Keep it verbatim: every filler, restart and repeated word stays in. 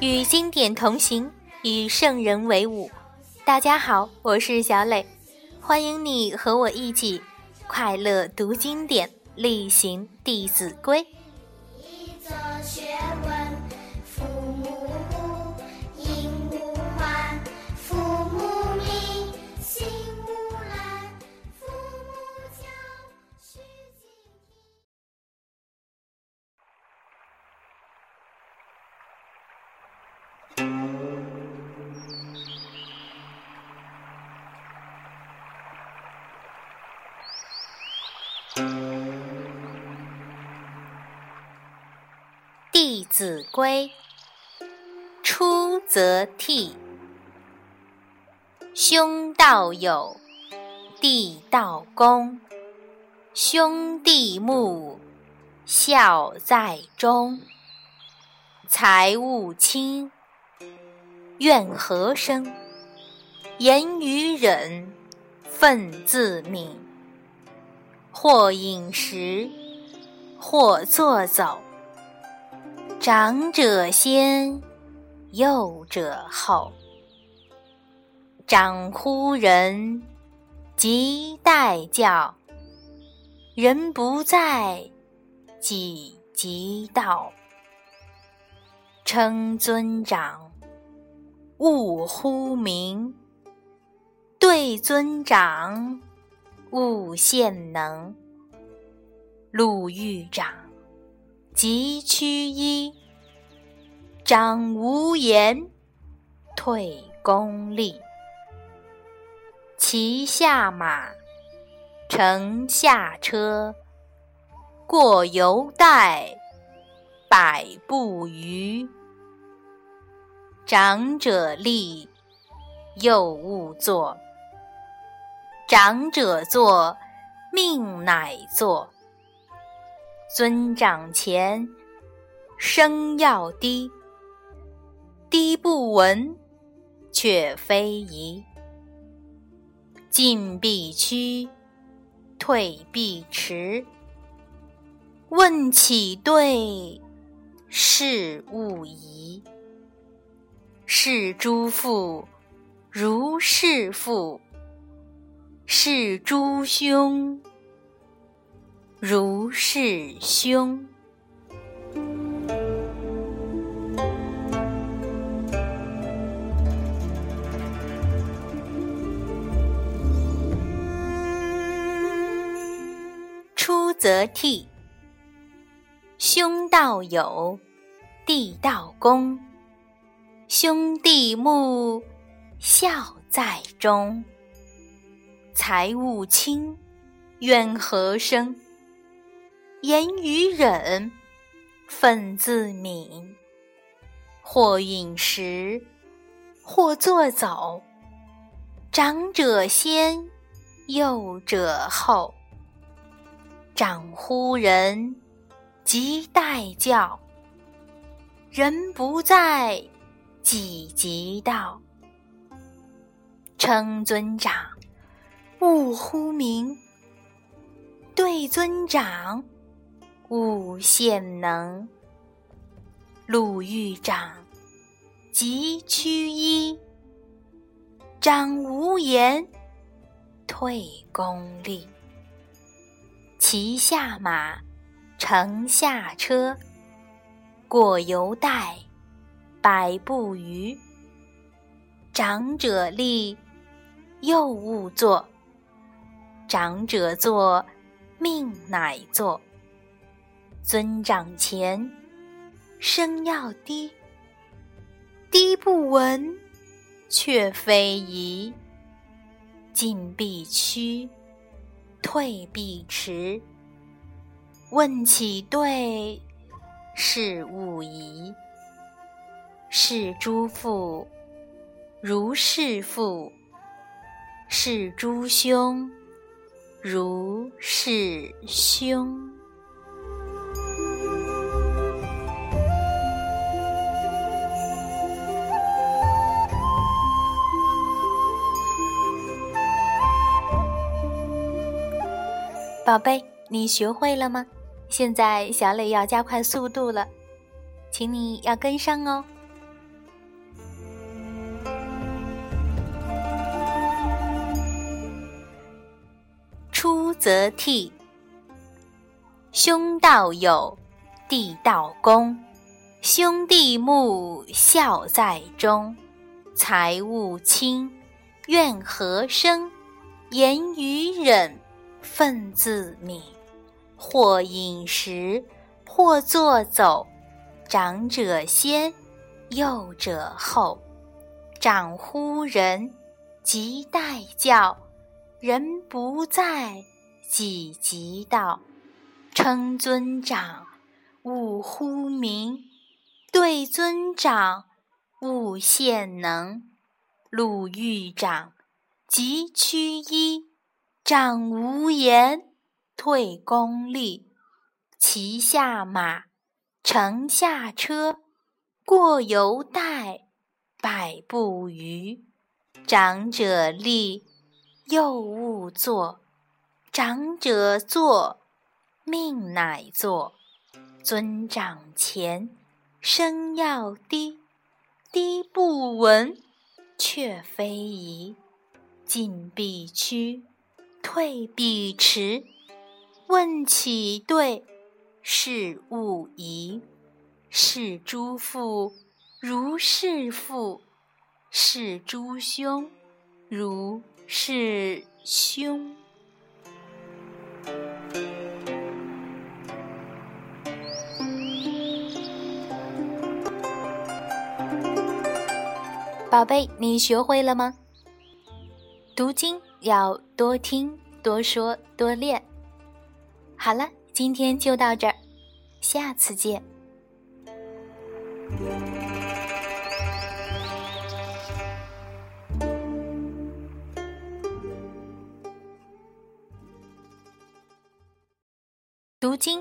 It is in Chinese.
与经典同行，与圣人为伍。大家好，我是小磊，欢迎你和我一起快乐读经典，力行弟子规。 一则学问，父母呼，应无唤，父母命，心无懒，父母教，须敬弟子规，出则悌，兄道友，弟道恭，兄弟睦，孝在中。财物轻，怨何生？言语忍，忿自泯。或饮食，或坐走，长者先，幼者后。长呼人，即代叫，人不在，己即到。称尊长，勿呼名，对尊长，勿献能。路遇长，即趋揖，长无言，退恭立。骑下马，乘下车，过犹待，百步余。长者立，幼勿坐，长者坐，命乃坐。尊长前，声要低，低不闻，却非宜。进必趋，退必迟。问起对，事勿疑。是诸父，如是父；是诸兄，如是兄。出则悌，兄道友，弟道恭，兄弟睦，孝在中。财物轻，怨何生？言语忍，忿自泯。或饮食，或坐走，长者先，幼者后。长呼人，即代叫，人不在，己即到。称尊长，勿呼名，对尊长，勿献能。路遇长，即趋揖，长无言，退恭立。骑下马，乘下车，过犹待，百步余。长者立，幼勿坐，长者坐，命乃坐。尊长前，声要低，低不闻，却非宜。进必趋，退必迟。问起对，事勿疑。是诸父，如是父；是诸兄，如是兄。宝贝，你学会了吗？现在小磊要加快速度了，请你要跟上哦。 则悌。兄道友，弟道恭，兄弟睦，孝在中。财物轻，怨何生？言语忍，忿自泯。或饮食，或坐走，长者先，幼者后。长呼人，即代叫，人不在，己即到。称尊长，勿呼名，对尊长，勿献能。路遇长，即趋揖，长无言，退恭立。骑下马，乘下车，过犹待，百步余。长者立，幼勿坐，长者坐，命乃坐。尊长前，声要低，低不闻，却非宜。进必趋，退必迟。问起对，事勿疑。是诸父如是父，是诸兄如是兄。宝贝，你学会了吗？读经要多听、多说、多练。好了，今天就到这儿，下次见。读经